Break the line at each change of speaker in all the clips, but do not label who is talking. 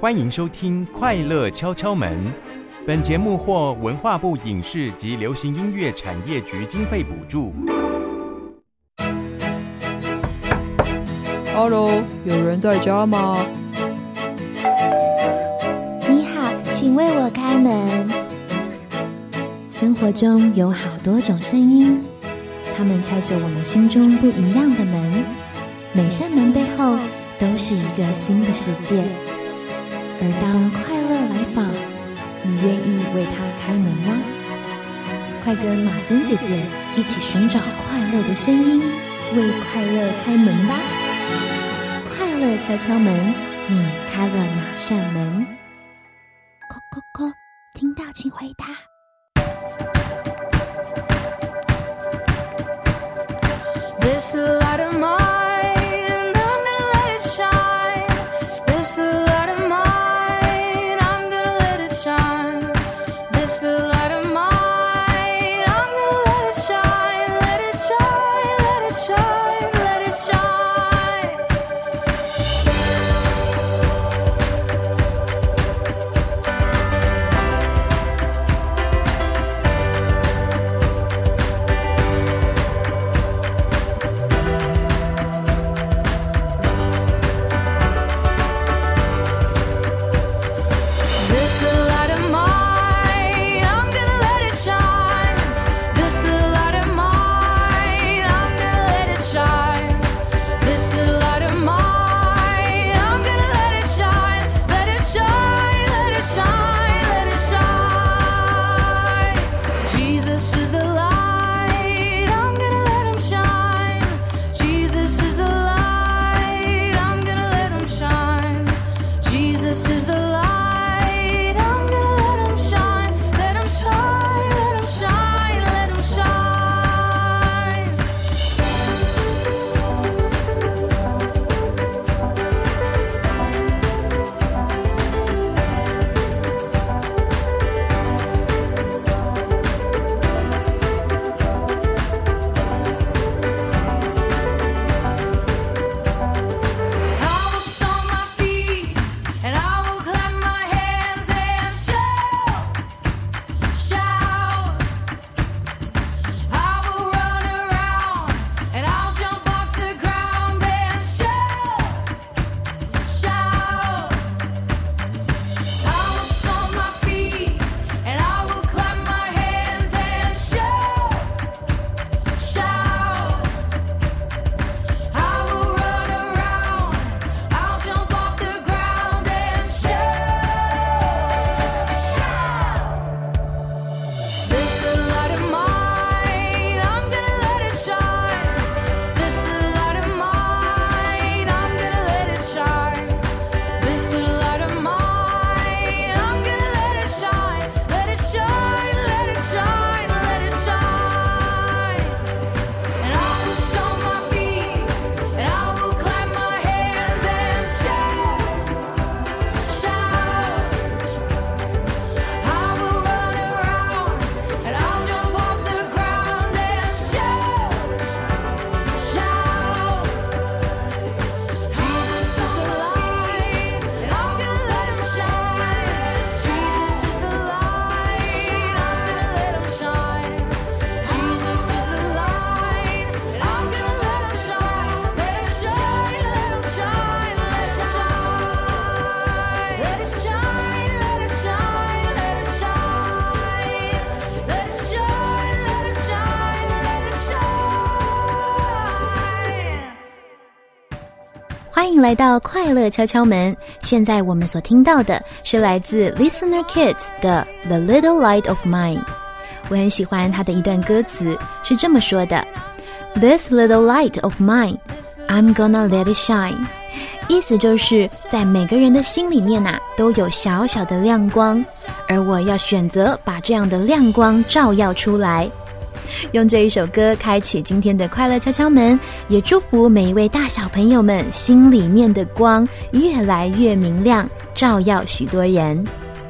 欢迎收听《快乐敲敲门》。本节目获文化部影视及流行音乐产业局经费补助。
Hello， 有人在家吗？
你好，请为我开门。生活中有好多种声音，它们敲着我们心中不一样的门。每扇门背后都是一个新的世界。而当快乐来访，你愿意为它开门吗？快跟马珍姐姐一起寻找快乐的声音，为快乐开门吧！快乐敲敲门，你开了哪扇门？叩叩叩，听到请回答。This light of mine, I'm gonna let it shine. This light of mine, I'm gonna let it shine. This light of mine, I'm gonna let it shine. Let it shine, let it shine, let it shine.欢迎来到快乐敲敲门。现在我们所听到的是来自 Listener Kids 的 The Little Light of Mine。 我很喜欢他的一段歌词，是这么说的： This little light of mine, I'm gonna let it shine。 意思就是在每个人的心里面都有小小的亮光，而我要选择把这样的亮光照耀出来。用这一首歌开启今天的快乐敲敲门，也祝福每一位大小朋友们心里面的光越来越明亮，照耀许多人。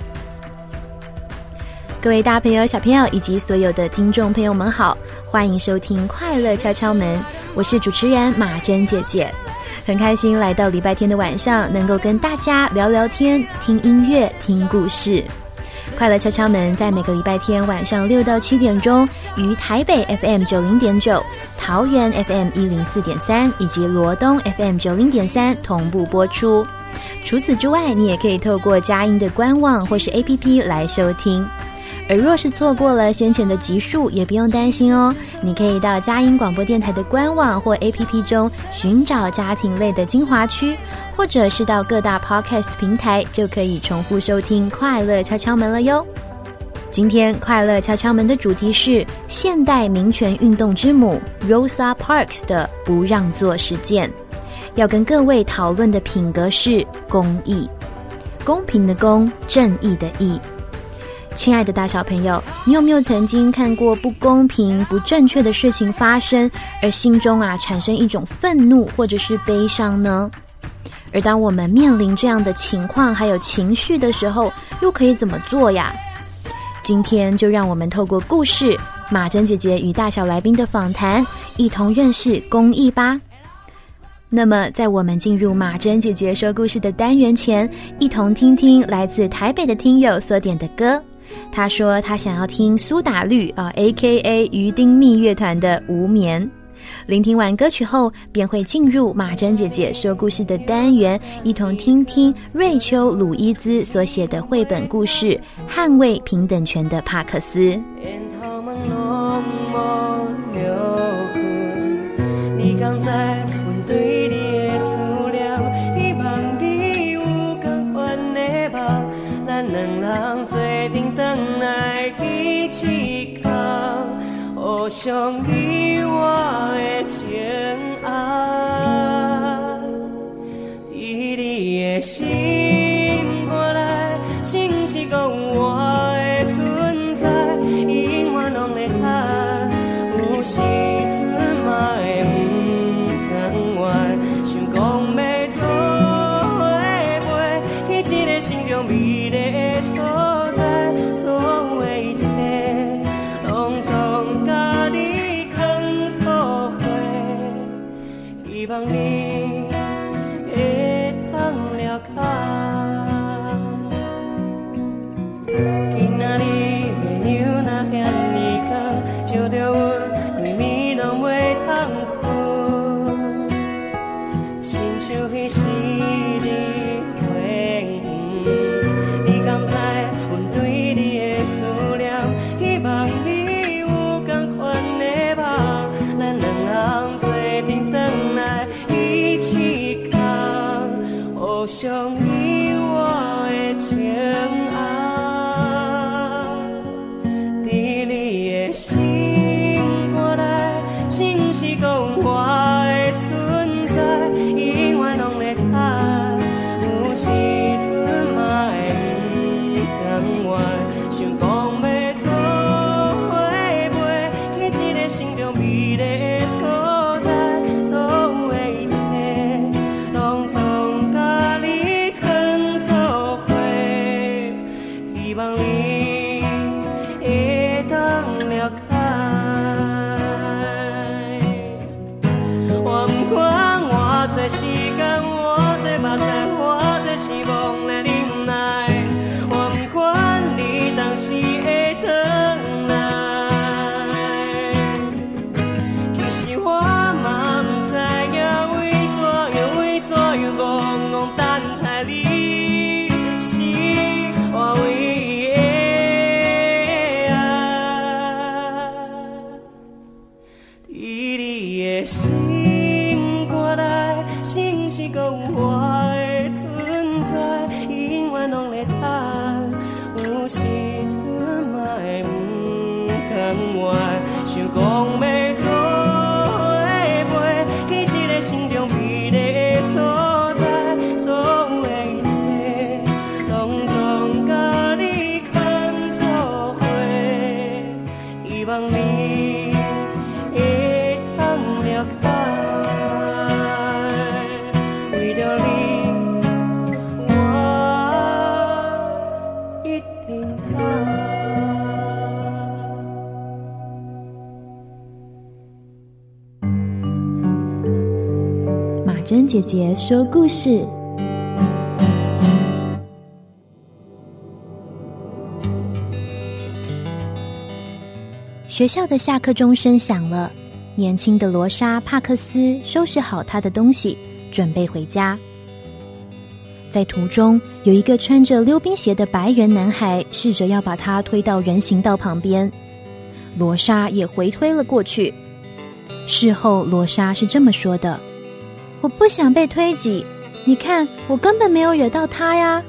各位大朋友小朋友以及所有的听众朋友们好，欢迎收听快乐敲敲门，我是主持人马珍姐姐。 很开心来到礼拜天的晚上，能够跟大家聊聊天，听音乐，听故事。快乐敲敲门在每个礼拜天晚上6到7点钟于台北 FM 90.9、桃园 FM 104.3以及罗东 FM 90.3同步播出。除此之外，你也可以透过佳音的官网或是 APP 来收听。而若是错过了先前的集数，也不用担心哦，你可以到佳音广播电台的官网或 APP 中寻找家庭类的精华区，或者是到各大 Podcast 平台就可以重复收听快乐敲敲门了哟。今天快乐敲敲门的主题是现代民权运动之母 Rosa Parks 的不让座事件。要跟各位讨论的品格是公义，公平的公，正义的义。亲爱的大小朋友，你有没有曾经看过不公平、不正确的事情发生，而心中产生一种愤怒或者是悲伤呢？而当我们面临这样的情况还有情绪的时候，又可以怎么做呀？今天就让我们透过故事，马珍姐姐与大小来宾的访谈，一同认识公义吧。那么在我们进入马珍姐姐说故事的单元前，一同听听来自台北的听友所点的歌。他说他想要听苏打绿AKA 鱼丁蜜乐团的无眠。聆听完歌曲后，便会进入马珍姐姐说故事的单元，一同听听瑞秋·鲁伊兹所写的绘本故事《捍卫平等权的帕克斯》。
你刚在阮对你的思念，希望你有同款的梦，咱两人做阵回来一起扛，互相依我的情爱，伫你的心肝内，心是讲我的存在，永远拢在等，有时阵嘛会想讲要做伙陪，去一个心中美丽的所在，所有的一切拢总甲你放作伙，希望你会通了解。今仔日月亮若遐尼光，照着阮规暝拢袂通困。像彼时你回忆，你敢知阮对你的思念，希望你有同款的梦，咱两人做阵回来一起扛，互相依我的情爱，伫你的心肝内，心是讲我的存在，永远拢在等，有时阵嘛会不甘愿，想讲要做伙陪，去一个心中美丽的所在，所有的一切拢总甲你放作伙，希望你会当了解。我不管偌多时间，偌多目屎，偌多失望来忍耐，我不管你当时会回来。其实我嘛不知影为怎样戆戆等待你，是我唯一的
姐姐说故事。学校的下课钟声响了，年轻的罗莎·帕克斯收拾好她的东西，准备回家。在途中，有一个穿着溜冰鞋的白人男孩试着要把他推到人行道旁边，罗莎也回推了过去。事后，罗莎是这么说的：我不想被推挤，你看，我根本没有惹到他呀。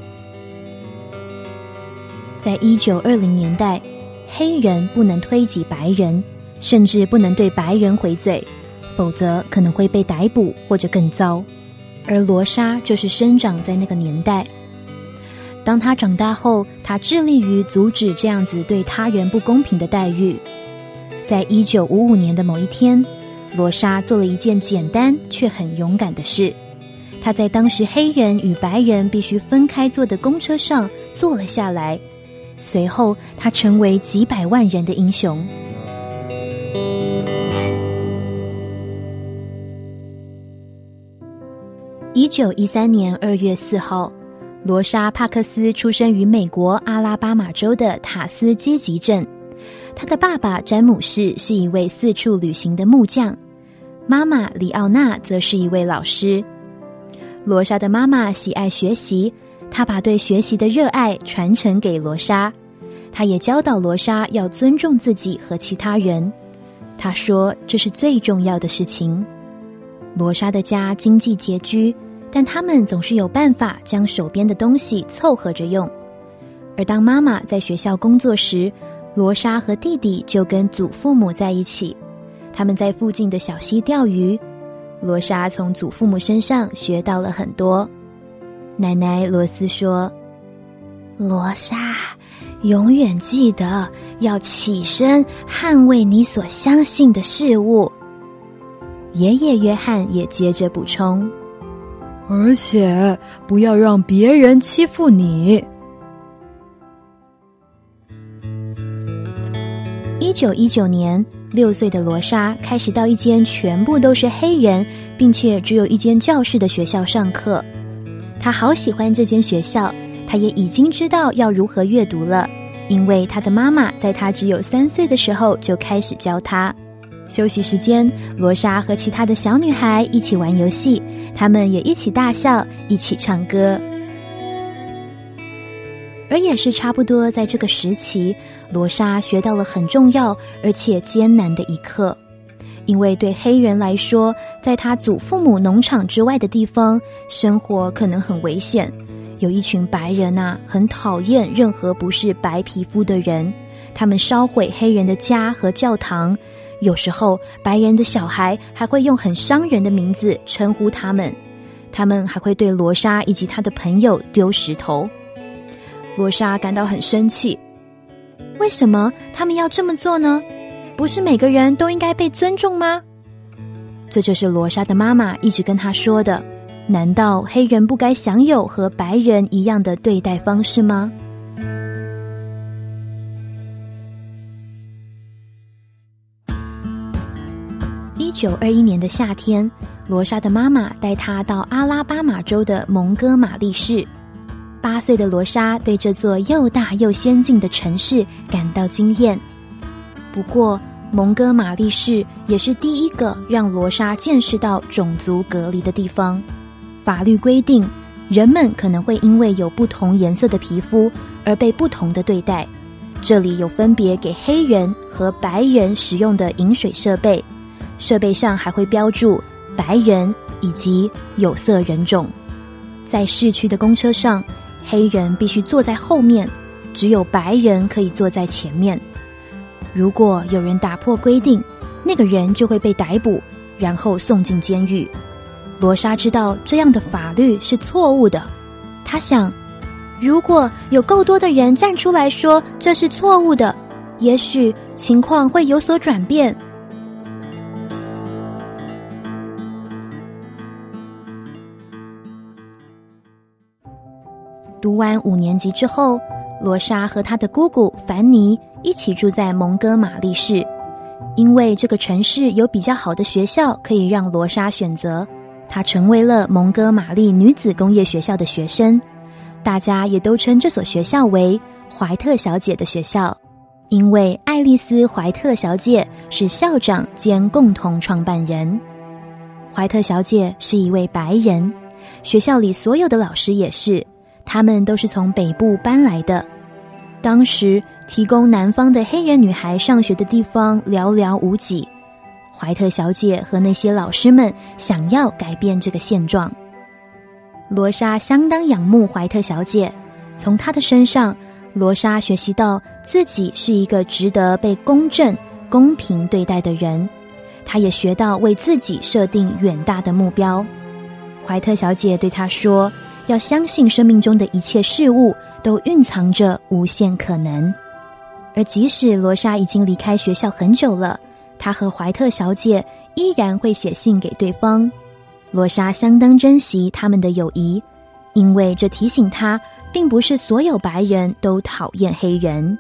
在1920年代，黑人不能推挤白人，甚至不能对白人回嘴，否则可能会被逮捕或者更糟。而罗莎就是生长在那个年代。当她长大后，她致力于阻止这样子对他人不公平的待遇。在1955年的某一天，罗莎做了一件简单却很勇敢的事。她在当时黑人与白人必须分开坐的公车上坐了下来，随后她成为几百万人的英雄。1913年2月4号，罗莎·帕克斯出生于美国阿拉巴马州的塔斯基吉镇。他的爸爸詹姆士是一位四处旅行的木匠，妈妈里奥娜则是一位老师。罗莎的妈妈喜爱学习，她把对学习的热爱传承给罗莎，她也教导罗莎要尊重自己和其他人。她说这是最重要的事情。罗莎的家经济拮据，但他们总是有办法将手边的东西凑合着用。而当妈妈在学校工作时，罗莎和弟弟就跟祖父母在一起，他们在附近的小溪钓鱼。罗莎从祖父母身上学到了很多。奶奶罗斯说：罗莎，永远记得要起身捍卫你所相信的事物。爷爷约翰也接着补充：
而且不要让别人欺负你。
1919年，6岁的罗莎开始到一间全部都是黑人，并且只有一间教室的学校上课。她好喜欢这间学校，她也已经知道要如何阅读了，因为她的妈妈在她只有3岁的时候就开始教她。休息时间，罗莎和其他的小女孩一起玩游戏，她们也一起大笑，一起唱歌。而也是差不多在这个时期，罗莎学到了很重要而且艰难的一课。因为对黑人来说，在他祖父母农场之外的地方生活可能很危险，有一群白人很讨厌任何不是白皮肤的人，他们烧毁黑人的家和教堂，有时候白人的小孩还会用很伤人的名字称呼他们，他们还会对罗莎以及他的朋友丢石头。罗莎感到很生气，为什么他们要这么做呢？不是每个人都应该被尊重吗？这就是罗莎的妈妈一直跟她说的，难道黑人不该享有和白人一样的对待方式吗？1921年的夏天，罗莎的妈妈带她到阿拉巴马州的蒙哥马利市。8岁的罗莎对这座又大又先进的城市感到惊艳。不过，蒙哥马利市也是第一个让罗莎见识到种族隔离的地方。法律规定，人们可能会因为有不同颜色的皮肤而被不同的对待。这里有分别给黑人和白人使用的饮水设备，设备上还会标注白人以及有色人种。在市区的公车上，黑人必须坐在后面，只有白人可以坐在前面。如果有人打破规定，那个人就会被逮捕，然后送进监狱。罗莎知道这样的法律是错误的，她想，如果有够多的人站出来说这是错误的，也许情况会有所转变。读完5年级之后，罗莎和她的姑姑凡妮一起住在蒙哥马利市。因为这个城市有比较好的学校可以让罗莎选择， 她成为了蒙哥马利女子工业学校的学生，大家也都称这所学校为怀特小姐的学校，因为爱丽丝·怀特小姐是校长兼共同创办人。怀特小姐是一位白人，学校里所有的老师也是，他们都是从北部搬来的。当时提供南方的黑人女孩上学的地方寥寥无几，怀特小姐和那些老师们想要改变这个现状。罗莎相当仰慕怀特小姐，从她的身上，罗莎学习到自己是一个值得被公正、公平对待的人。她也学到为自己设定远大的目标。怀特小姐对她说，要相信生命中的一切事物都蕴藏着无限可能。而即使罗莎已经离开学校很久了，她和怀特小姐依然会写信给对方。罗莎相当珍惜他们的友谊，因为这提醒她，并不是所有白人都讨厌黑人。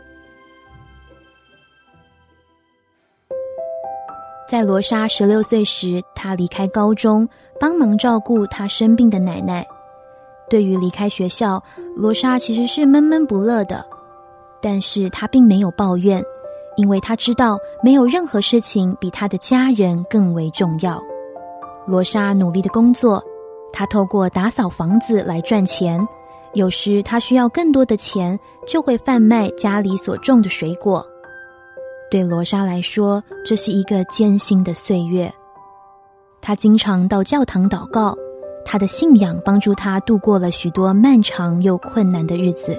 在罗莎16岁时，她离开高中，帮忙照顾她生病的奶奶。对于离开学校，罗莎其实是闷闷不乐的，但是她并没有抱怨，因为她知道没有任何事情比她的家人更为重要。罗莎努力的工作，她透过打扫房子来赚钱，有时她需要更多的钱，就会贩卖家里所种的水果。对罗莎来说，这是一个艰辛的岁月。她经常到教堂祷告，她的信仰帮助她度过了许多漫长又困难的日子。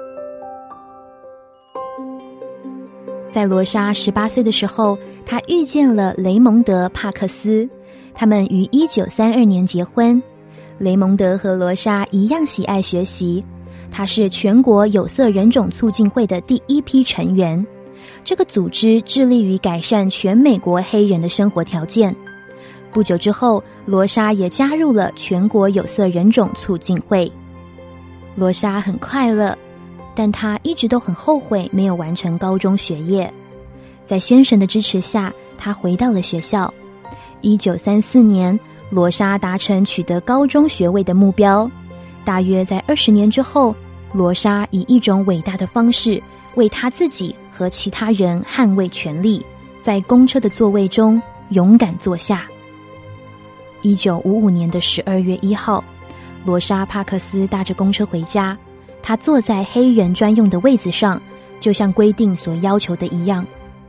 在罗莎18岁的时候，她遇见了雷蒙德·帕克斯，他们于1932年结婚。雷蒙德和罗莎一样喜爱学习，他是全国有色人种促进会的第一批成员。这个组织致力于改善全美国黑人的生活条件。不久之后，罗莎也加入了全国有色人种促进会。罗莎很快乐，但她一直都很后悔没有完成高中学业。在先生的支持下，她回到了学校。1934年，罗莎达成取得高中学位的目标。大约在20年之后，罗莎以一种伟大的方式为她自己和其他人捍卫权利，在公车的座位中勇敢坐下。1955年的12月1号，罗莎·帕克斯搭着公车回家，她坐在黑人专用的位子上，就像规定所要求的一样。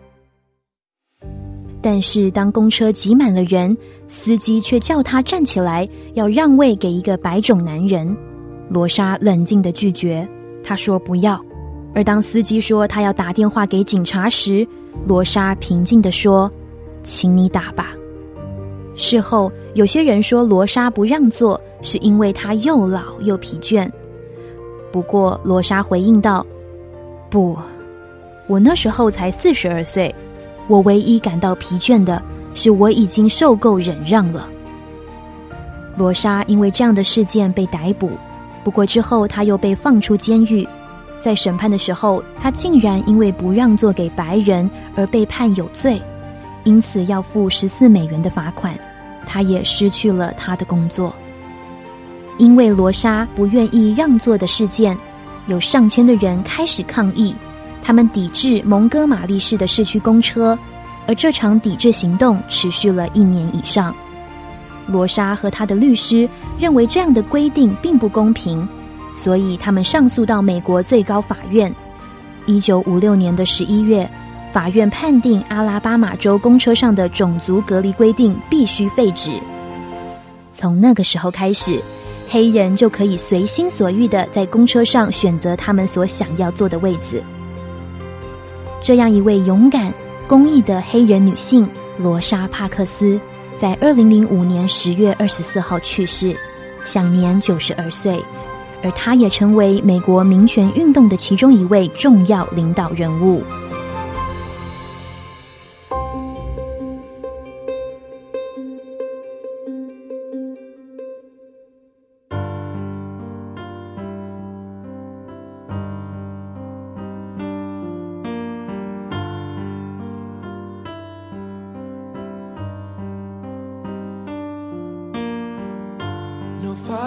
但是当公车挤满了人，司机却叫她站起来，要让位给一个白种男人。罗莎冷静地拒绝，她说不要。而当司机说他要打电话给警察时，罗莎平静地说，请你打吧。事后有些人说罗莎不让座是因为她又老又疲倦，不过罗莎回应道，不，我那时候才42岁，我唯一感到疲倦的是我已经受够忍让了。罗莎因为这样的事件被逮捕，不过之后她又被放出监狱。在审判的时候，她竟然因为不让座给白人而被判有罪，因此要付14美元的罚款。她也失去了她的工作。因为罗莎不愿意让座的事件，有上千的人开始抗议，他们抵制蒙哥马利市的市区公车，而这场抵制行动持续了1年以上。罗莎和她的律师认为这样的规定并不公平，所以他们上诉到美国最高法院。1956年的11月，法院判定阿拉巴马州公车上的种族隔离规定必须废止。从那个时候开始，黑人就可以随心所欲地在公车上选择他们所想要坐的位子。这样一位勇敢、公益的黑人女性罗莎·帕克斯，在2005年10月24号去世，享年92岁。而她也成为美国民权运动的其中一位重要领导人物。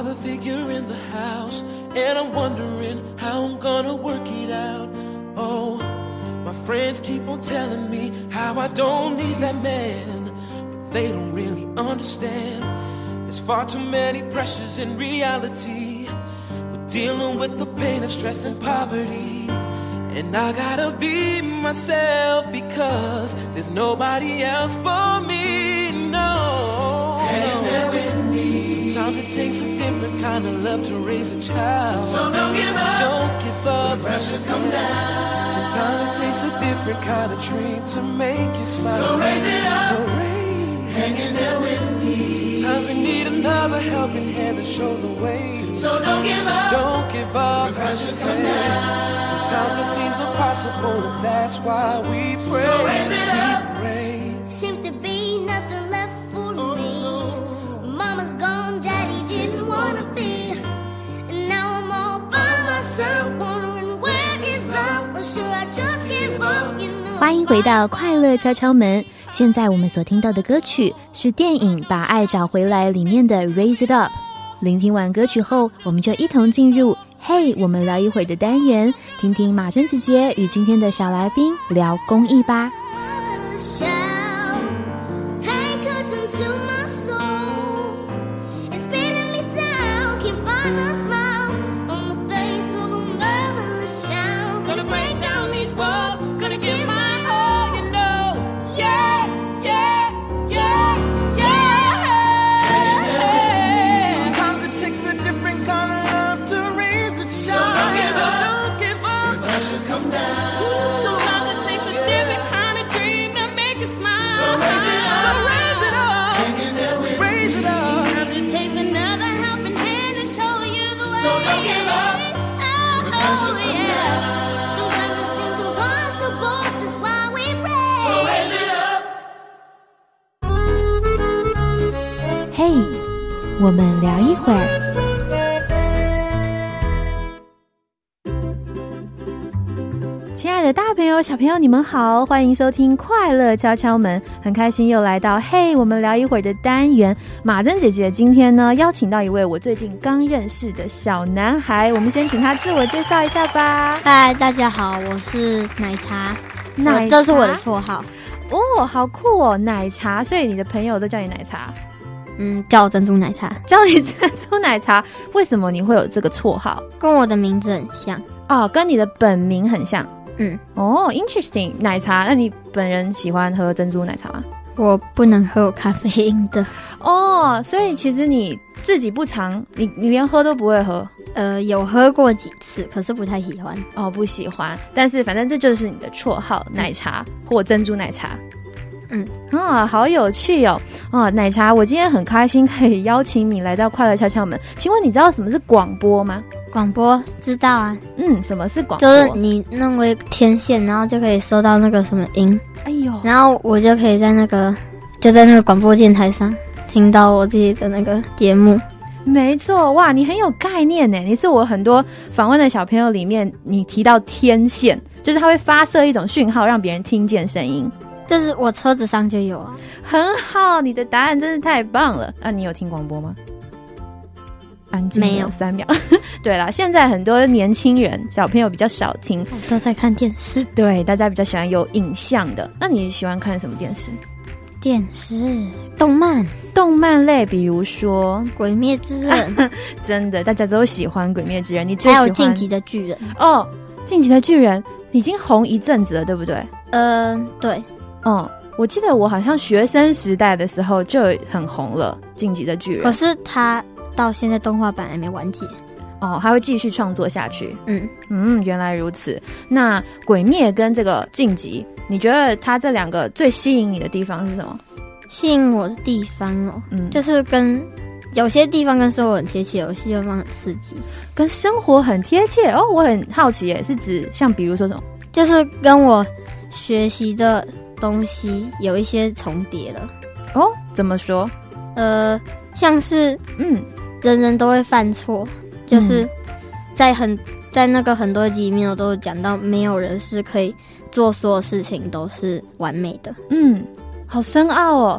father figure in the house, and I'm wondering how I'm gonna work it out. Oh, my friends keep on telling me how I don't need that man, but they don't really understand. There's far too many pressures in reality. We're dealing with the pain of stress and poverty, and I gotta be myself because there's nobody else for me, no. Hang there with me. Sometimes it takes a different kind of love to raise a child. So don't give up. Don't give up. The pressures come down. Sometimes it takes a different kind of dream to make you smile. So raise it up. So hang in there with me. Sometimes we need another helping hand to show the way. So don't give up. Don't give up. The pressures come down. Sometimes it seems impossible, and that's why we pray. So raise it up. We pray.
Seems to be nothing left for me. Mama's gone, daddy didn't wanna be, and now I'm all by myself, wondering where is love, or should I just give up, you know?
欢迎回到快乐敲敲门。现在我们所听到的歌曲是电影《把爱找回来》里面的 Raise It Up。聆听完歌曲后，我们就一同进入嘿，我们聊一会儿的单元，听听马珍姐姐与今天的小来宾聊公益吧。嘿，我们聊一会儿。亲爱的大朋友小朋友你们好，欢迎收听快乐敲敲门，很开心又来到嘿我们聊一会儿的单元。马珍姐姐今天呢邀请到一位我最近刚认识的小男孩，我们先请他自我介绍一下吧。
嗨，大家好，我是奶茶，这是我的绰号。
哦，好酷哦，奶茶，所以你的朋友都叫你奶茶？
叫我珍珠奶茶。
叫你珍珠奶茶，为什么你会有这个绰号？
跟我的名字很像
哦，跟你的本名很像。哦 ，interesting。奶茶，那你本人喜欢喝珍珠奶茶吗？
我不能喝有咖啡因的。
哦，所以其实你自己不常，你连喝都不会喝。
有喝过几次，可是不太喜欢。
哦，不喜欢，但是反正这就是你的绰号，奶茶或珍珠奶茶。好有趣哦！奶茶，我今天很开心可以邀请你来到快乐敲敲门。请问你知道什么是广播吗？
广播知道啊。
什么是广播？
就是你弄个天线，然后就可以收到那个什么音。哎呦，然后我就可以在那个广播电台上听到我自己的那个节目。
没错，哇，你很有概念耶！你是我很多访问的小朋友里面，你提到天线，就是它会发射一种讯号，让别人听见声音。
就是我车子上就有啊。
很好，你的答案真是太棒了。你有听广播吗？安静没有3秒。对啦，现在很多年轻人小朋友比较少听，
都在看电视。
对，大家比较喜欢有影像的。那你喜欢看什么电视？
电视、动漫
类，比如说
《鬼灭之刃》。
真的，大家都喜欢《鬼灭之刃》。你最喜欢？
还有《进击的巨人》。
哦，《进击的巨人》已经红一阵子了，对不对？
对。
我记得我好像学生时代的时候就很红了，《进击的巨人》。
可是他到现在动画版还没完结。
还会继续创作下去。原来如此。那鬼灭跟这个晋级，你觉得它这两个最吸引你的地方是什么？
吸引我的地方就是跟有些地方跟生活很贴切，有些地方很刺激，
跟生活很贴切。我很好奇耶，是指像比如说什么？
就是跟我学习的东西有一些重叠了。
怎么说？
像是人人都会犯错，就是在那个很多集里面我都有讲到，没有人是可以做所有事情都是完美的。
好深奥哦。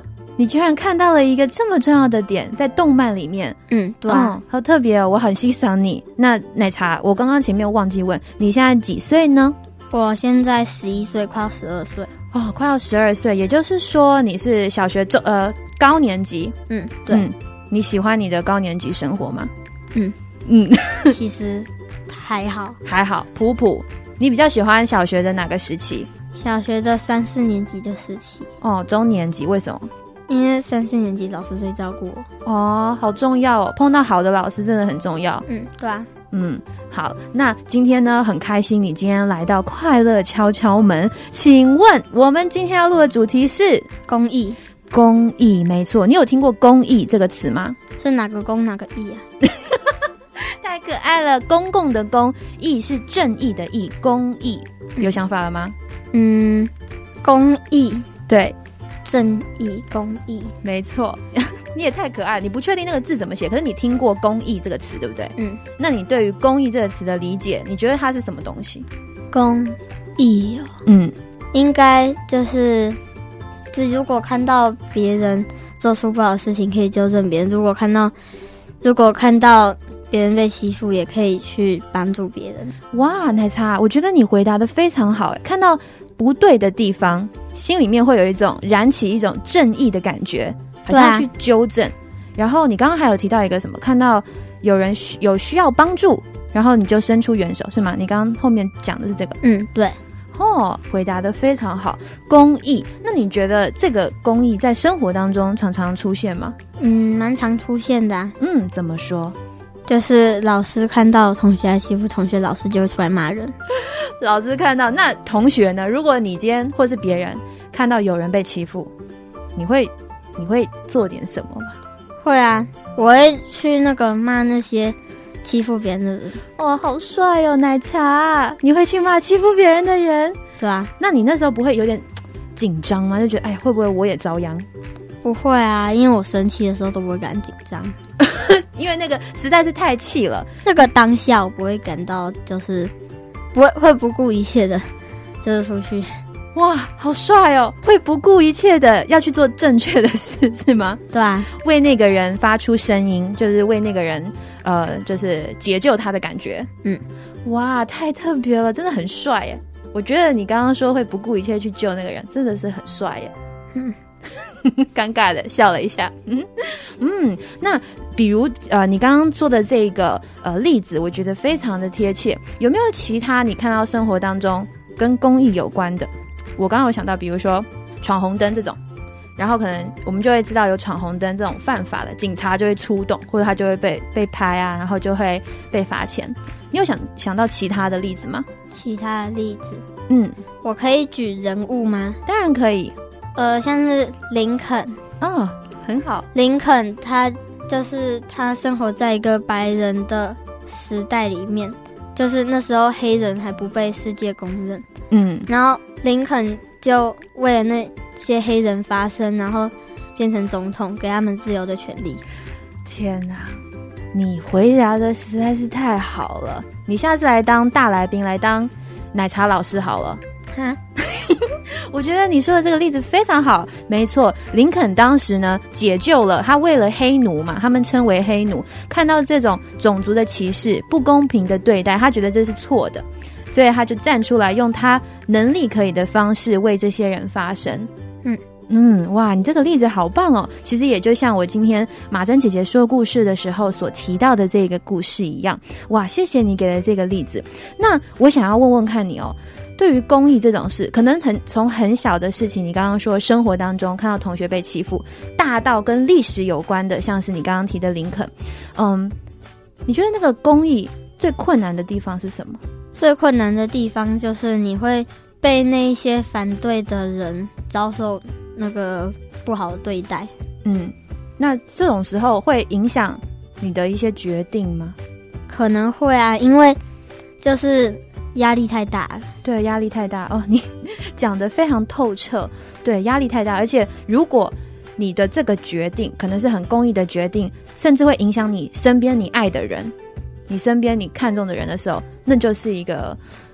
你居然看到了一个这么重要的点在动漫里面。
对啊，
好特别哦，我很欣赏你。那奶茶，我刚刚前面忘记问你现在几岁呢？
我现在11岁，快要12岁。
哦，快要12岁，也就是说你是小学高年级。
对。
你喜欢你的高年级生活吗？
其实还好，
还好，普普。你比较喜欢小学的哪个时期？
小学的3、4年级的时期。
哦，中年级，为什么？
因为3、4年级老师最照顾我。
哦，好重要哦，碰到好的老师真的很重要。
对啊。
好，那今天呢，很开心你今天来到快乐敲敲门。请问我们今天要录的主题是
公益。
公益，没错。你有听过公益这个词吗？
是哪个公哪个义啊？
太可爱了，公共的公，义是正义的义，公益。有想法了吗？
公益，
对，
正义，公益，
没错。你也太可爱了，你不确定那个字怎么写，可是你听过公益这个词，对不对？那你对于公益这个词的理解，你觉得它是什么东西？
公益应该就是如果看到别人做出不好的事情，可以纠正别人；如果看到别人被欺负，也可以去帮助别人。
哇，奶茶，我觉得你回答得非常好。看到不对的地方，心里面会有一种燃起一种正义的感觉，好像去纠正。然后你刚刚还有提到一个什么，看到有人有需要帮助，然后你就伸出援手，是吗？你刚刚后面讲的是这个。
对。
回答得非常好。公益，那你觉得这个公益在生活当中常常出现吗？
蛮常出现的啊。
怎么说？
就是老师看到同学欺负同学，老师就会出来骂人。
老师看到，那同学呢？如果你今天或是别人看到有人被欺负，你会做点什么吗？
会啊，我会去骂那些欺负别人的人。
哇，好帅哦，奶茶！你会去骂欺负别人的人？
对啊。
那你那时候不会有点紧张吗？就觉得哎，会不会我也遭殃？
不会啊，因为我生气的时候都不会感紧张，
因为那个实在是太气了。
那个当下我不会感到就是会不顾一切的，就是出去。
哇，好帅哦！会不顾一切的要去做正确的事，是吗？
对啊，
为那个人发出声音，就是为那个人就是解救他的感觉。哇，太特别了，真的很帅耶！我觉得你刚刚说会不顾一切去救那个人，真的是很帅耶。尴尬的笑了一下。那比如你刚刚说的这个例子，我觉得非常的贴切。有没有其他你看到生活当中跟公益有关的？我刚刚有想到，比如说闯红灯这种，然后可能我们就会知道有闯红灯这种犯法的，警察就会出动，或者他就会被拍啊，然后就会被罚钱。你有想到其他的例子吗？
其他的例子，
我
可以举人物吗？
当然可以。
像是林肯。
很好。
林肯他生活在一个白人的时代里面，就是那时候黑人还不被世界公认。然后林肯就为了那些黑人发声，然后变成总统，给他们自由的权利。
天哪，你回答的实在是太好了！你下次来当大来宾，来当奶茶老师好了。我觉得你说的这个例子非常好。没错，林肯当时呢解救了他，为了黑奴嘛，他们称为黑奴，看到这种种族的歧视、不公平的对待，他觉得这是错的，所以他就站出来，用他能力可以的方式为这些人发声。哇，你这个例子好棒哦！其实也就像我今天马珍姐姐说故事的时候所提到的这个故事一样。哇，谢谢你给的这个例子。那我想要问问看你哦，对于公益这种事，可能从很小的事情，你刚刚说生活当中看到同学被欺负，大到跟历史有关的，像是你刚刚提的林肯。你觉得那个公益最困难的地方是什么？
最困难的地方就是你会被那一些反对的人遭受那个不好的对待。
那这种时候会影响你的一些决定吗？
可能会啊，因为就是压力太大了。
对，压力太大哦，你讲得非常透彻。对，压力太大，而且如果你的这个决定可能是很公益的决定，甚至会影响你身边你爱的人，你身边你看重的人的时候，那就是一个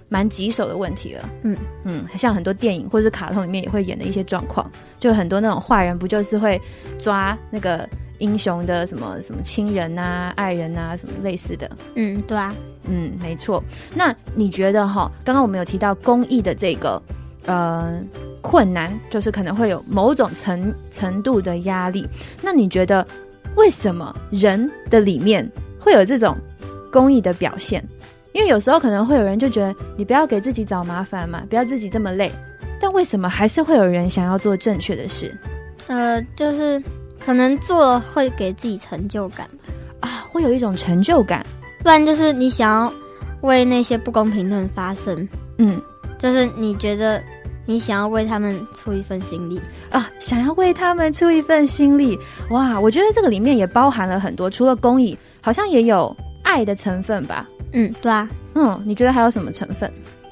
蛮棘手的问题了。像很多电影或是卡通里面也会演的一些状况，就很多那种坏人不就是会抓那个英雄的什么什么亲人啊、爱人啊什么类似的。
对啊。
没错。那你觉得刚刚我们有提到公益的这个困难，就是可能会有某种程度的压力。那你觉得为什么人的里面会有这种公益的表现？因为有时候可能会有人就觉得你不要给自己找麻烦嘛，不要自己这么累，但为什么还是会有人想要做正确的事？
就是可能做了会给自己成就感
啊，会有一种成就感。
不然就是你想要为那些不公平的人发声，就是你觉得你想要为他们出一份心力
啊，想要为他们出一份心力。哇，我觉得这个里面也包含了很多，除了公益，好像也有爱的成分吧？
对啊。
你觉得还有什么成分？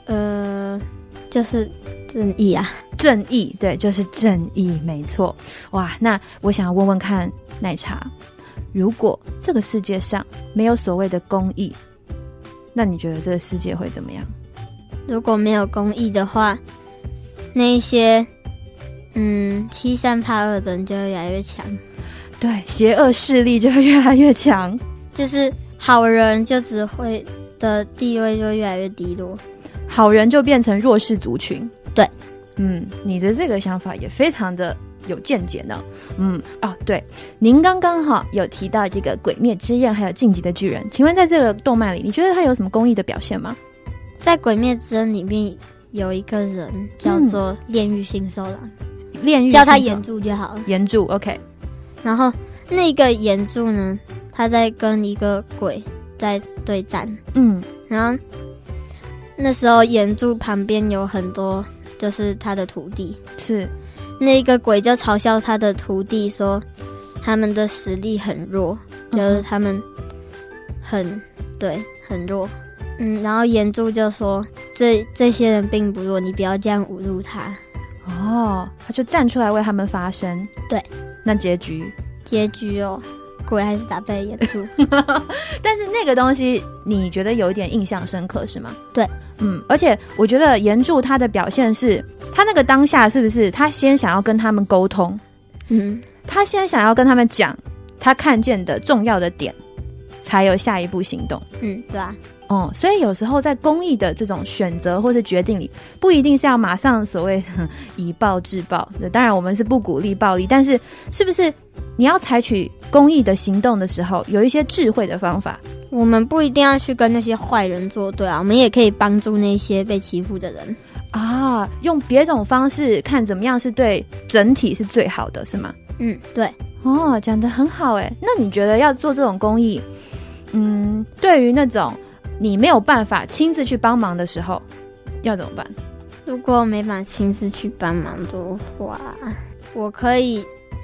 就是正义啊。
正义，对，就是正义，没错。哇，那我想要问问看奶茶，如果这个世界上没有所谓的公益，那你觉得这个世界会怎么样？
如果没有公益的话，那一些欺善怕恶的人就会越来越强。
对，邪恶势力就会越来越强，
就是好人就只会的地位就越来越低落，
好人就变成弱势族群。
对。
你的这个想法也非常的有见解呢。对，您刚刚有提到这个《鬼灭之刃》还有《进击的巨人》，请问在这个动漫里，你觉得它有什么公益的表现吗？
在《鬼灭之刃》里面有一个人叫做炼狱杏寿郎，叫他岩柱就好了。
岩柱 ，OK。
然后那个岩柱呢，他在跟一个鬼在对战。然后那时候岩柱旁边有很多就是他的徒弟，
是
那个鬼就嘲笑他的徒弟说他们的实力很弱，就是他们很弱。然后岩柱就说这些人并不弱，你不要这样侮辱他。
他就站出来为他们发声。
对。
那结局
鬼还是打败岩柱。
但是那个东西你觉得有一点印象深刻是吗？
对。
而且我觉得岩柱他的表现是，他那个当下是不是他先想要跟他们沟通？他先想要跟他们讲他看见的重要的点，才有下一步行动。
对啊。
所以有时候在公益的这种选择或是决定里，不一定是要马上所谓以暴制暴。当然我们是不鼓励暴力，但是是不是你要采取公益的行动的时候，有一些智慧的方法？
我们不一定要去跟那些坏人作对啊，我们也可以帮助那些被欺负的人
啊，用别种方式看怎么样是对整体是最好的，是吗？
对。
讲得很好耶。那你觉得要做这种公益，对于那种你没有办法亲自去帮忙的时候要怎么办？
如果没办法亲自去帮忙的话，我可以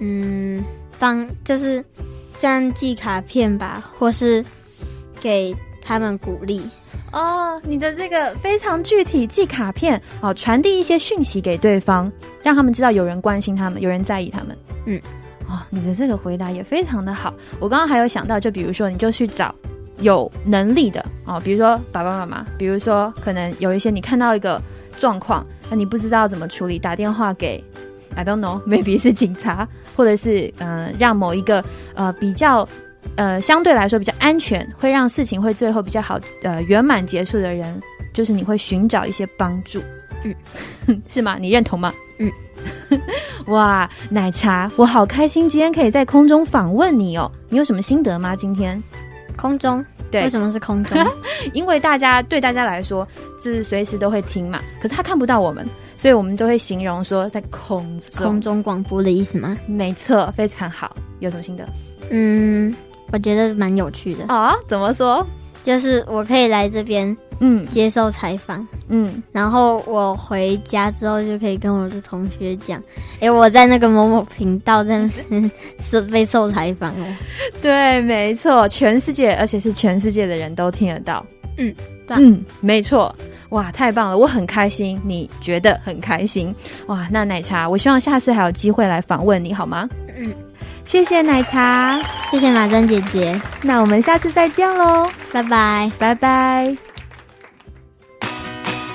就是这样寄卡片吧，或是给他们鼓励。
你的这个非常具体，寄卡片传递一些讯息给对方，让他们知道有人关心他们，有人在意他们。你的这个回答也非常的好。我刚刚还有想到，就比如说你就去找有能力的比如说爸爸妈妈，比如说可能有一些你看到一个状况，那你不知道怎么处理，打电话给 I don't know maybe 是警察，或者是让某一个比较相对来说比较安全，会让事情会最后比较好圆满结束的人，就是你会寻找一些帮助。是吗？你认同吗？哇，奶茶，我好开心今天可以在空中访问你哦。你有什么心得吗？今天
空中？对，为什么是空中？
因为对大家来说就是随时都会听嘛，可是他看不到我们，所以我们都会形容说在空
中广播的意思吗？
没错，非常好。有什么心得？
我觉得蛮有趣的
怎么说？
就是我可以来这边接受采访，然后我回家之后就可以跟我的同学讲，我在那个某某频道在被受采访哦。对，没错，全世界，而且是全世界的人都听得到。没错。哇，太棒了，我很开心，你觉得很开心。哇，那奶茶，我希望下次还有机会来访问你好吗？谢谢奶茶，谢谢马珍姐姐，那我们下次再见咯，拜拜，拜拜。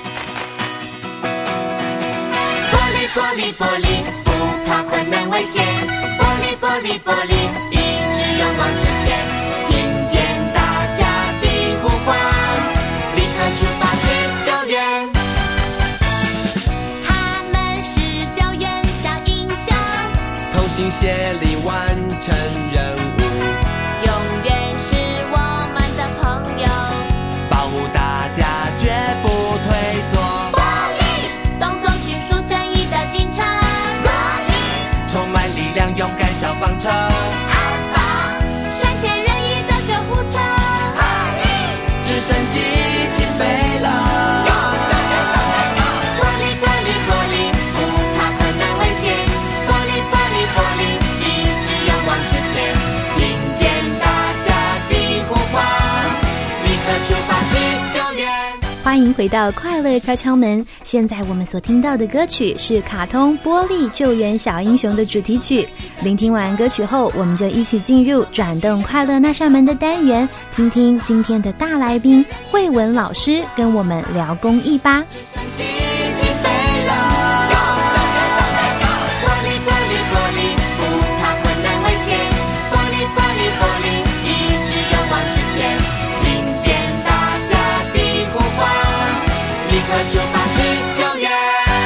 玻璃玻璃，不怕困难危险。玻璃玻璃玻璃，一直勇往直前。听见大家的呼唤，立刻出发去救援。他们是救援小英雄，
同心协力完成任务，
永远是我们的朋友，
保护大家绝不退缩。
玻璃动作迅速正义的警察，玻璃
充满力量勇敢消防车，
安保善解人意的救护车，玻璃
直升机起飞了。
玻璃玻璃玻璃，不怕困难危险。玻璃玻璃玻璃，一直勇往直前。听见大家的呼唤，立刻出发去救援。
欢迎回到快乐敲敲门。现在我们所听到的歌曲是卡通《玻璃救援小英雄》的主题曲。聆听完歌曲后，我们就一起进入转动快乐那扇门的单元，听听今天的大来宾慧文老师跟我们聊公益吧。
直升机起飞了，玻璃玻璃玻璃，不怕困难危险。玻璃玻璃玻璃，一直勇往直前。听见大家的呼唤，立刻出发去救援。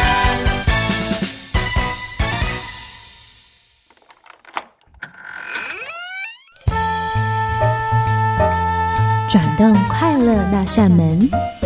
转动快乐那扇门。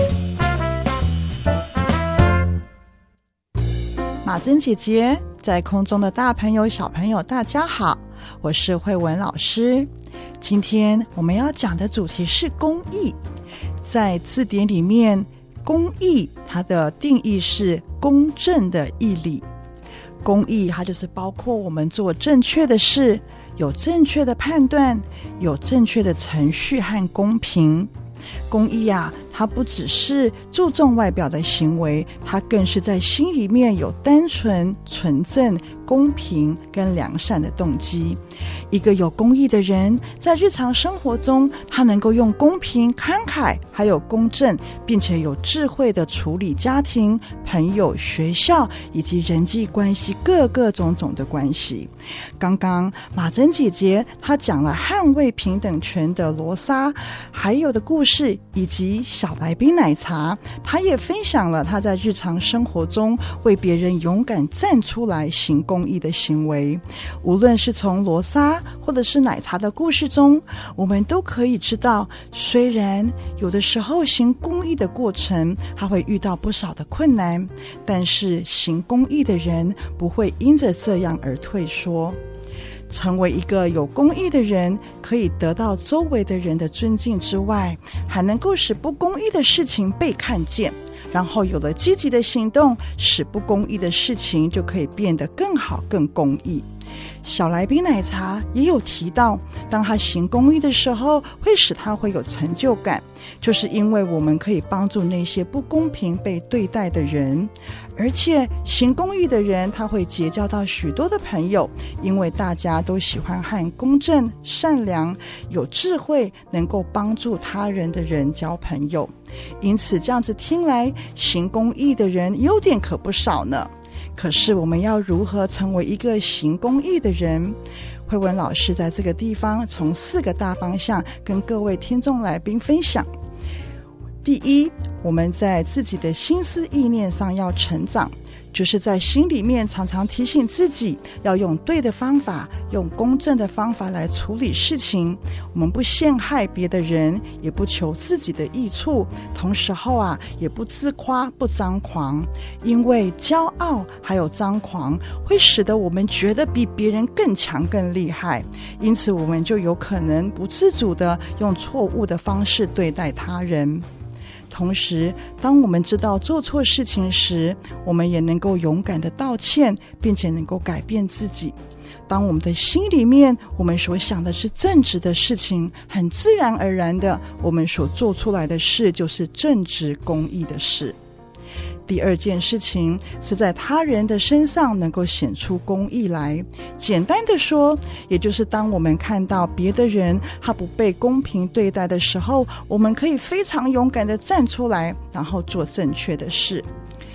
马珍姐姐，在空中的大朋友小朋友大家好，我是慧文老师。今天我们要讲的主题是公益。在字典里面，公益它的定义是公正的义理。公益它就是包括我们做正确的事，有正确的判断，有正确的程序和公平。公益啊，它不只是注重外表的行为，它更是在心里面有单纯、纯正、公平跟良善的动机。一个有公益的人，在日常生活中，他能够用公平、慷慨还有公正，并且有智慧的处理家庭、朋友、学校以及人际关系各种的关系。刚刚马珍姐姐她讲了捍卫平等权的罗莎还有的故事，以及小来宾奶茶，她也分享了她在日常生活中为别人勇敢站出来行公益的行为。无论是从罗莎或者是奶茶的故事中，我们都可以知道，虽然有的时候行公益的过程他会遇到不少的困难，但是行公益的人不会因着这样而退缩。成为一个有公益的人，可以得到周围的人的尊敬之外，还能够使不公益的事情被看见，然后有了积极的行动，使不公益的事情就可以变得更好更公益。小来宾奶茶也有提到，当他行公益的时候，会使他会有成就感，就是因为我们可以帮助那些不公平被对待的人。而且行公益的人，他会结交到许多的朋友，因为大家都喜欢和公正、善良、有智慧、能够帮助他人的人交朋友。因此这样子听来，行公益的人优点可不少呢。可是我们要如何成为一个行公益的人？慧文老师在这个地方从4个大方向跟各位听众来宾分享。第一，我们在自己的心思意念上要成长，就是在心里面常常提醒自己，要用对的方法，用公正的方法来处理事情。我们不陷害别的人，也不求自己的益处，同时候啊，也不自夸，不张狂。因为骄傲还有张狂，会使得我们觉得比别人更强更厉害，因此我们就有可能不自主的用错误的方式对待他人。同时，当我们知道做错事情时，我们也能够勇敢的道歉，并且能够改变自己。当我们的心里面，我们所想的是正直的事情，很自然而然的，我们所做出来的事就是正直公义的事。第二件事情是在他人的身上能够显出公义来。简单的说，也就是当我们看到别的人他不被公平对待的时候，我们可以非常勇敢的站出来，然后做正确的事。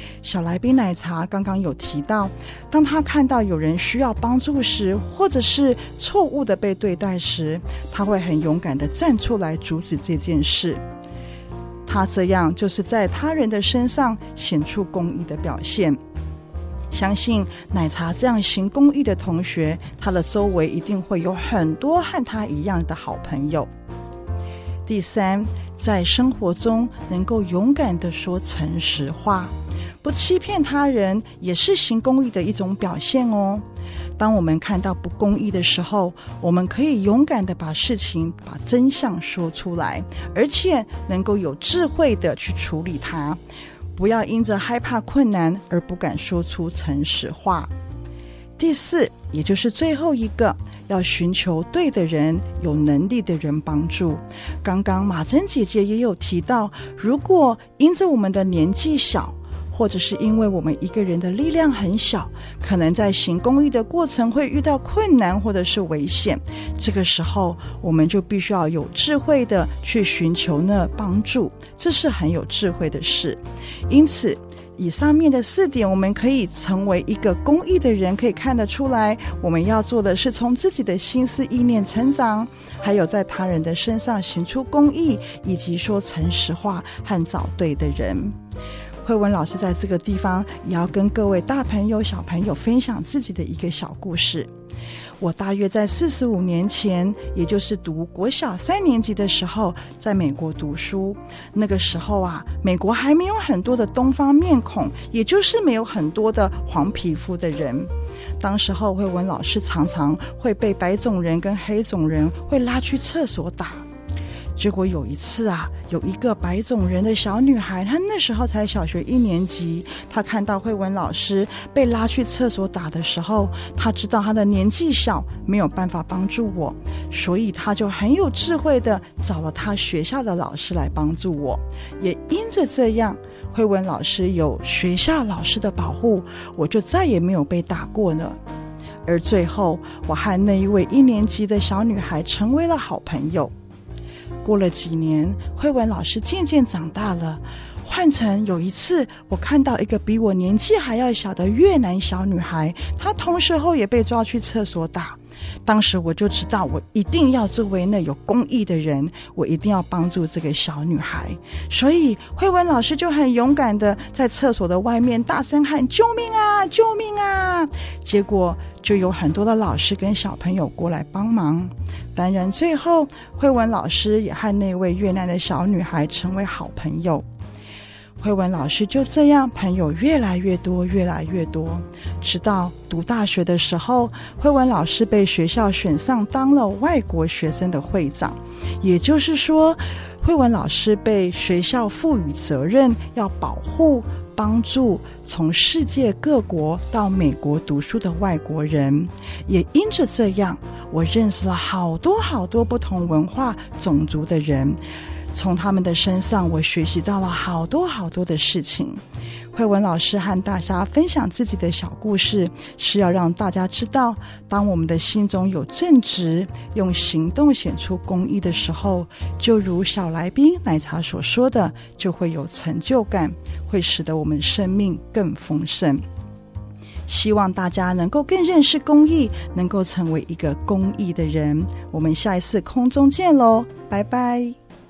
小来宾奶茶刚刚有提到，当他看到有人需要帮助时，或者是错误的被对待时，他会很勇敢的站出来阻止这件事。他这样就是在他人的身上显出公益的表现。相信奶茶这样行公益的同学，他的周围一定会有很多和他一样的好朋友。第三，在生活中能够勇敢地说诚实话，不欺骗他人，也是行公益的一种表现哦。当我们看到不公义的时候，我们可以勇敢地把事情、把真相说出来，而且能够有智慧地去处理它，不要因着害怕困难而不敢说出诚实话。第四，也就是最后一个，要寻求对的人、有能力的人帮助。刚刚马珍姐姐也有提到，如果因着我们的年纪小，或者是因为我们一个人的力量很小，可能在行公益的过程会遇到困难或者是危险，这个时候我们就必须要有智慧的去寻求那帮助，这是很有智慧的事。因此以上面的4点，我们可以成为一个公益的人，可以看得出来，我们要做的是从自己的心思意念成长，还有在他人的身上行出公益，以及说诚实话和找对的人。慧文老师在这个地方也要跟各位大朋友小朋友分享自己的一个小故事。我大约在45年前，也就是读国小3年级的时候，在美国读书。那个时候啊，美国还没有很多的东方面孔，也就是没有很多的黄皮肤的人。当时候慧文老师常常会被白种人跟黑种人会拉去厕所打。结果有一次啊，有一个白种人的小女孩，她那时候才小学1年级，她看到慧文老师被拉去厕所打的时候，她知道她的年纪小，没有办法帮助我，所以她就很有智慧的找了她学校的老师来帮助我。也因着这样，慧文老师有学校老师的保护，我就再也没有被打过了。而最后，我和那一位1年级的小女孩成为了好朋友。过了几年，慧文老师渐渐长大了，换成有一次我看到一个比我年纪还要小的越南小女孩，她同时候也被抓去厕所打。当时我就知道，我一定要作为那有公益的人，我一定要帮助这个小女孩。所以慧文老师就很勇敢的在厕所的外面大声喊救命啊救命啊，结果就有很多的老师跟小朋友过来帮忙。当然最后慧文老师也和那位越南的小女孩成为好朋友。慧文老师就这样朋友越来越多越来越多，直到读大学的时候，慧文老师被学校选上当了外国学生的会长。也就是说，慧文老师被学校赋予责任，要保护帮助从世界各国到美国读书的外国人。也因着这样，我认识了好多好多不同文化种族的人，从他们的身上我学习到了好多好多的事情。慧文老师和大家分享自己的小故事，是要让大家知道，当我们的心中有正直，用行动显出公义的时候，就如小来宾奶茶所说的，就会有成就感，会使得我们生命更丰盛。希望大家能够更认识公益，能够成为一个公益的人。我们下一次空中见咯，拜拜。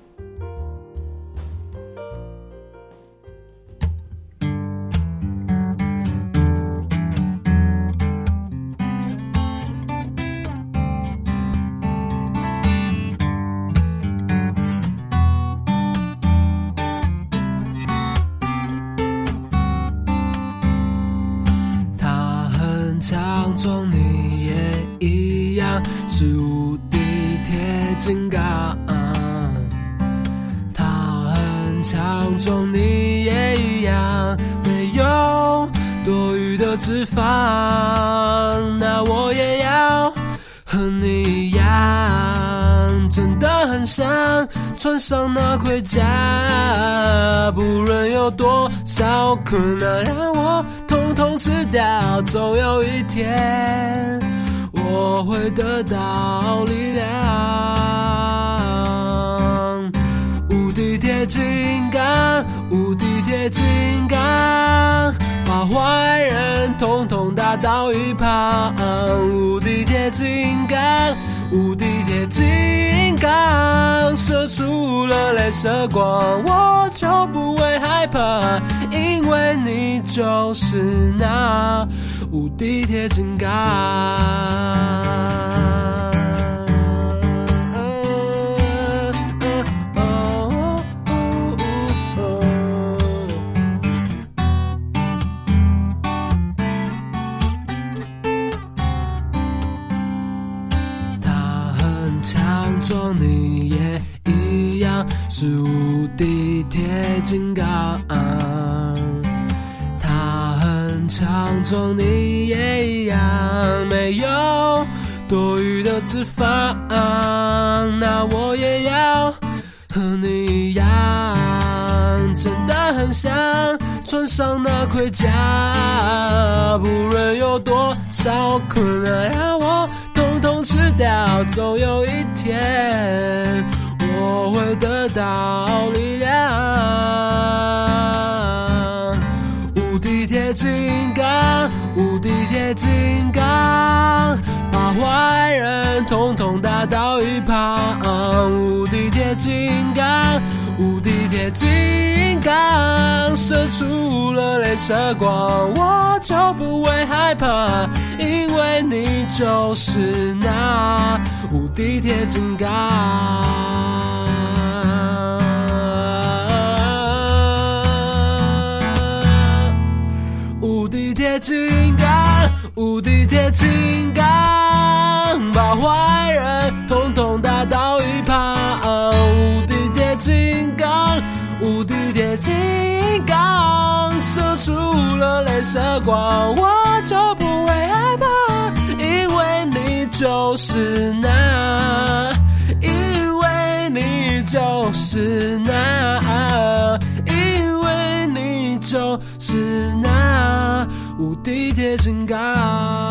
强壮你也一样是无敌铁金刚，他很强壮你也一样没有多余的脂肪，那我也要和你一样，真的很想穿上那盔甲，不论有多少困难让我统统吃掉，总有一天我会得到力量。无敌铁金刚，无敌铁金刚， 坏人统统打到一旁。无敌铁金刚，无敌铁金刚，射出了镭射光，我就不会害怕，因为你就是那无敌铁金刚。强壮你也一样是无敌铁金刚，他很强壮你也一样没有多余的脂肪，那我也要和你一样，真的很想穿上那盔甲，不论有多少困难让我统统吃掉，总有一天我会得到力量。无敌铁金刚，无敌铁金刚，把坏人统统打到一旁。无敌铁金刚，无敌铁金刚，射出了镭射光，我就不会害怕，因为你就是那无敌铁金刚。无敌铁金刚，无敌铁金刚，把坏人统统打到一旁。无敌铁金刚，无敌铁金刚，射出了镭射光，我就不会害怕，因为你就是那，因为你就是那，因为你就是那无敌铁金刚。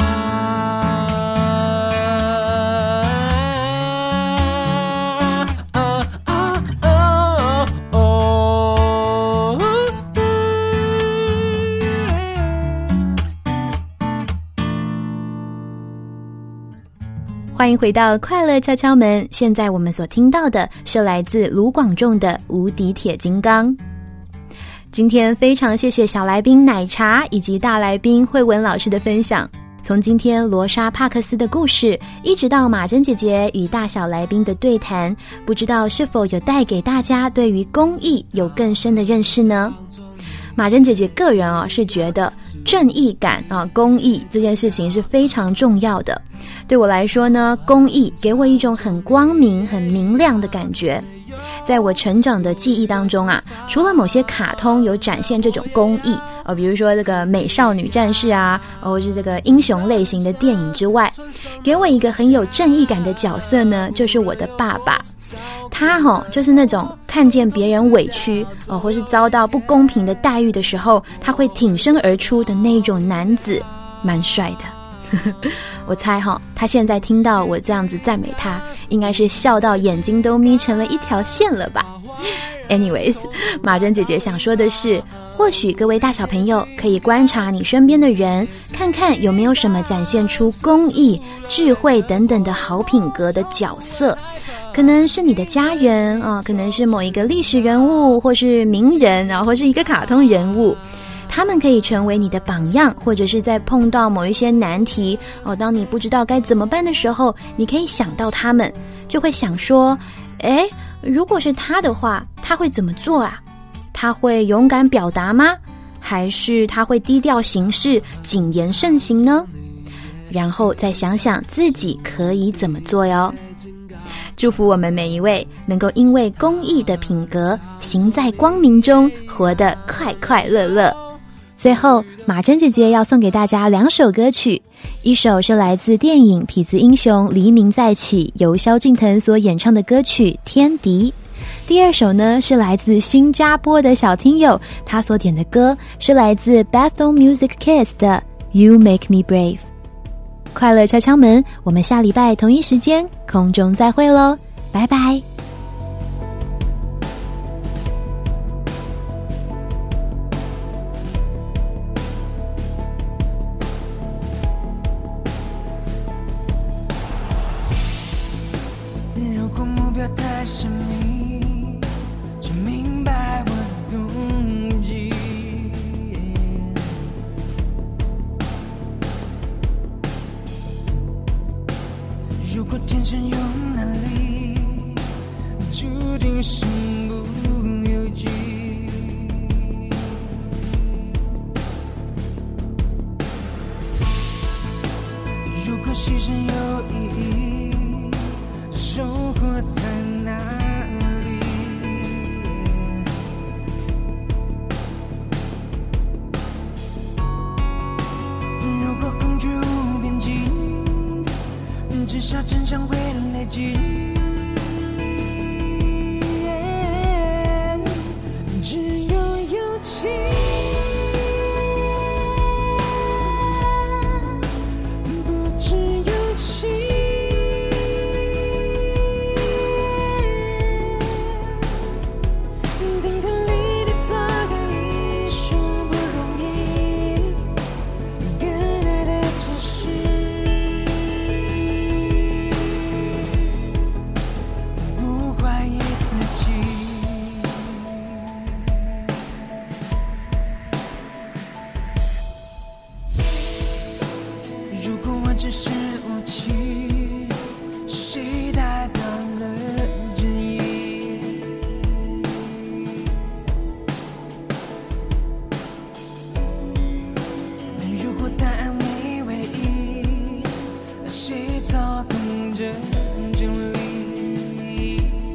欢迎回到快乐敲敲门，现在我们所听到的是来自卢广仲的无敌铁金刚。今天非常谢谢小来宾奶茶以及大来宾慧文老师的分享，从今天罗莎帕克斯的故事一直到马珍姐姐与大小来宾的对谈，不知道是否有带给大家对于公益有更深的认识呢？马珍姐姐个人是觉得正义感公益这件事情是非常重要的。对我来说呢，公益给我一种很光明很明亮的感觉。在我成长的记忆当中除了某些卡通有展现这种公益比如说这个美少女战士或是这个英雄类型的电影之外，给我一个很有正义感的角色呢，就是我的爸爸。他就是那种看见别人委屈或是遭到不公平的待遇的时候，他会挺身而出的那种男子，蛮帅的。我猜他现在听到我这样子赞美他，应该是笑到眼睛都眯成了一条线了吧。Anyways， 马珍姐姐想说的是，或许各位大小朋友可以观察你身边的人，看看有没有什么展现出公益、智慧等等的好品格的角色，可能是你的家人可能是某一个历史人物，或是名人或是一个卡通人物。他们可以成为你的榜样，或者是在碰到某一些难题当你不知道该怎么办的时候，你可以想到他们，就会想说，如果是他的话，他会怎么做啊？他会勇敢表达吗？还是他会低调行事，谨言慎行呢？然后再想想自己可以怎么做哟。祝福我们每一位能够因为公益的品格，行在光明中，活得快快乐乐。最后，马珍姐姐要送给大家2首歌曲，一首是来自电影《痞子英雄黎明再起》由萧敬腾所演唱的歌曲《天敌》，第2首呢是来自新加坡的小听友，他所点的歌是来自 Bethel Music Kids 的 You Make Me Brave。 快乐敲敲门，我们下礼拜同一时间空中再会咯，拜拜。
牺牲有意义，收获在哪里？如果恐惧无边际，至少真相会累积。只有勇气，不止勇气。顶天立地做个英雄不容易，更难的只是不怀疑自己。如果我只是武器，谁代表了正义？如果答案为唯一，谁操控着真理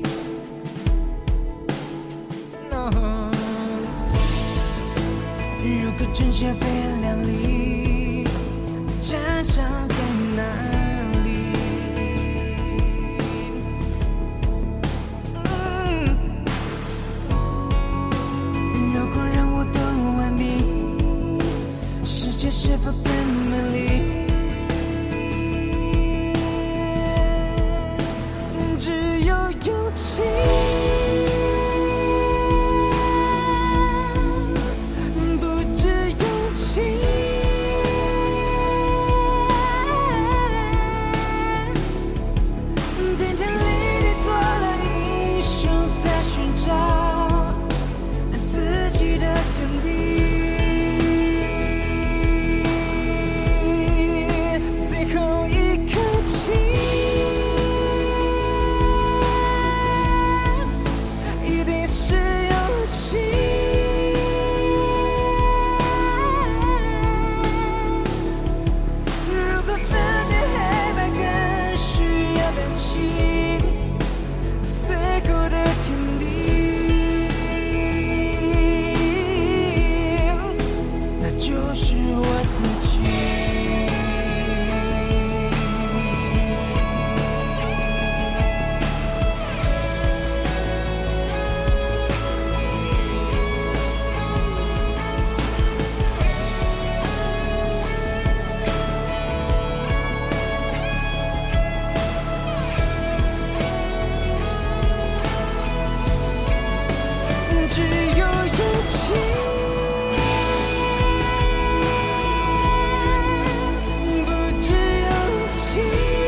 ？No。如果正邪非两立，战场在哪里？如果人物都完美，世界是否更美丽？只有勇气，不止勇气。天天离地做了英雄，在寻找自己的天地。最后一口气，一定是勇气。如果分辨黑白更需要感情，最后的天地，那就是我自己。只有勇气，不止勇气。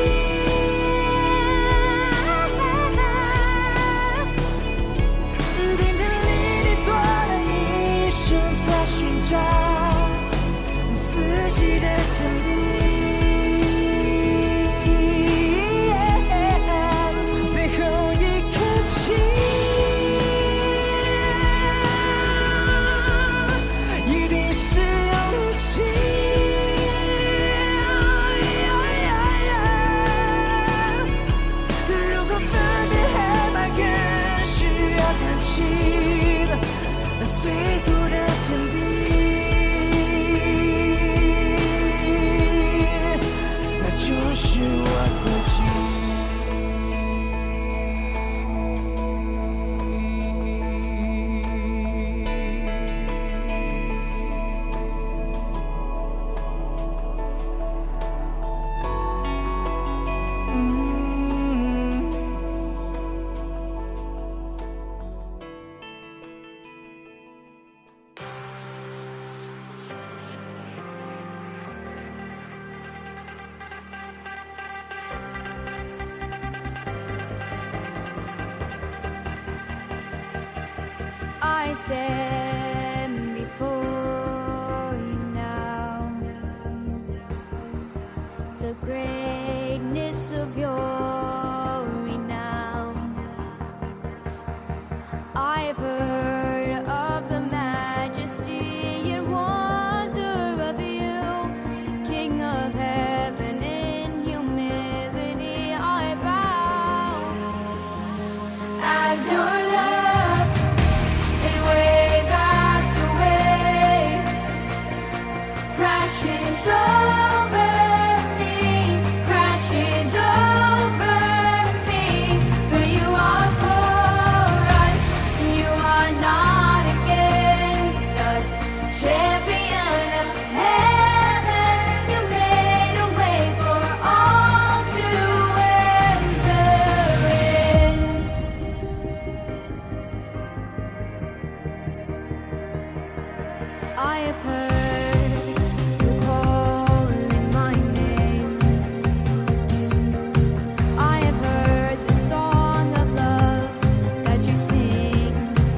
天天离地做了英雄，在寻找自己的天地。最后一口气，一定是勇气。如果分辨黑白更需要感情，最后的天地，那就是我自己。
I stand before you now, the greatness of your renown. I've heard of the majesty and wonder of you, King of heaven and humanity. I have heard you calling my name. I have heard the song of love that you sing.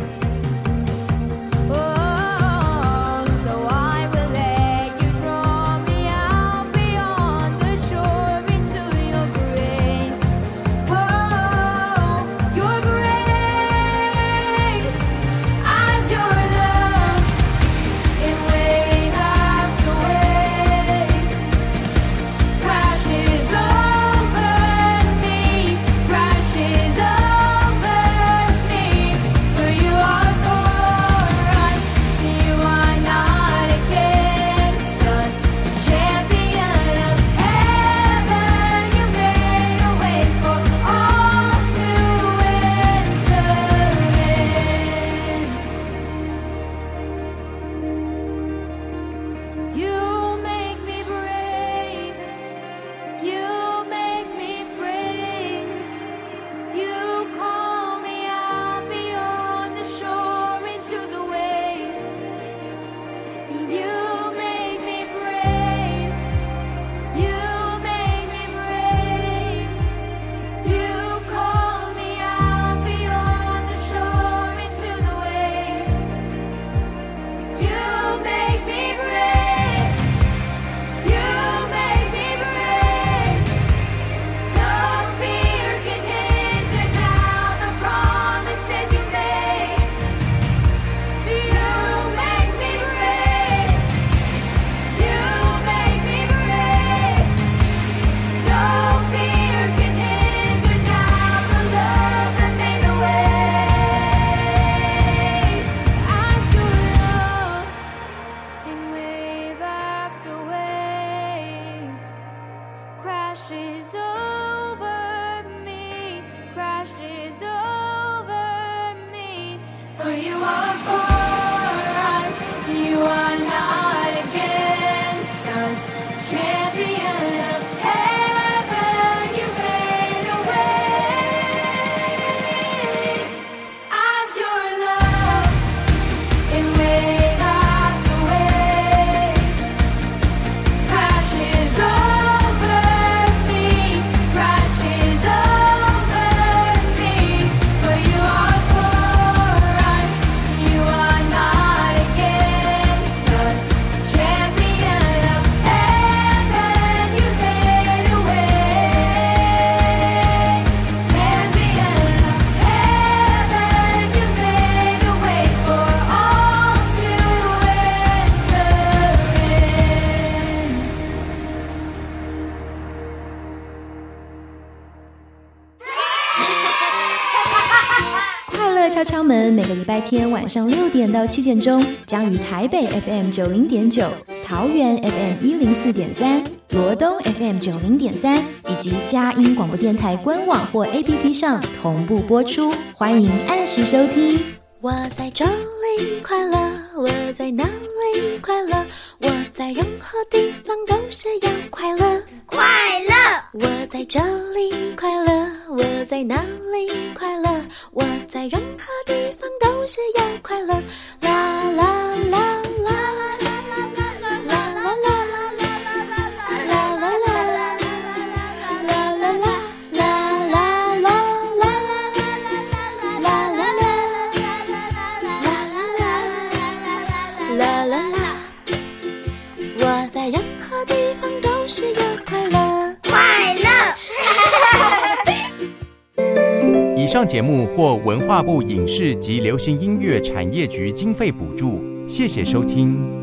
Oh, so I will let you draw me out beyond the shore into your grace. Oh, your grace, as your love in wave after wave crashes over me, crashes over me. For you are for us, you are not against us. Champion of heaven, you made a way for all to enter in. You make me brave, you make me brave. You call me out beyond the shore into the waves. You make me brave, you make me brave. You call me out beyond the shore into the waves. You make me brave, you make me brave. No fear can hinder now the promises you made. You make me brave, you make me brave. No fear can hinder now the love that made a way. As your love in wave after wave crashes over me, crashes over me. For you are for us, you are not against us. Champion of heaven, you made a way. As your love in wave after wave crashes over me, crashes over me. For you are for us, you are not against us. Champion of heaven, you made a way. Champion of heaven, you made a way for all to enter in.
快乐敲敲门，每个礼拜天晚上6点到7点钟，将于台北 FM 90.9、桃园 FM 104.3、罗东 FM 90.3以及佳音广播电台官网或 APP 上同步播出，欢迎按时收听。
我在这里快乐，我在哪里快乐？我在任何地方都是要快乐，
快乐，
我在这里快乐，我在哪里快乐？我在任何地方都是要快乐，啦啦啦啦。我在任何地方都是要快乐，
快乐。
以上节目获文化部影视及流行音乐产业局经费补助，谢谢收听。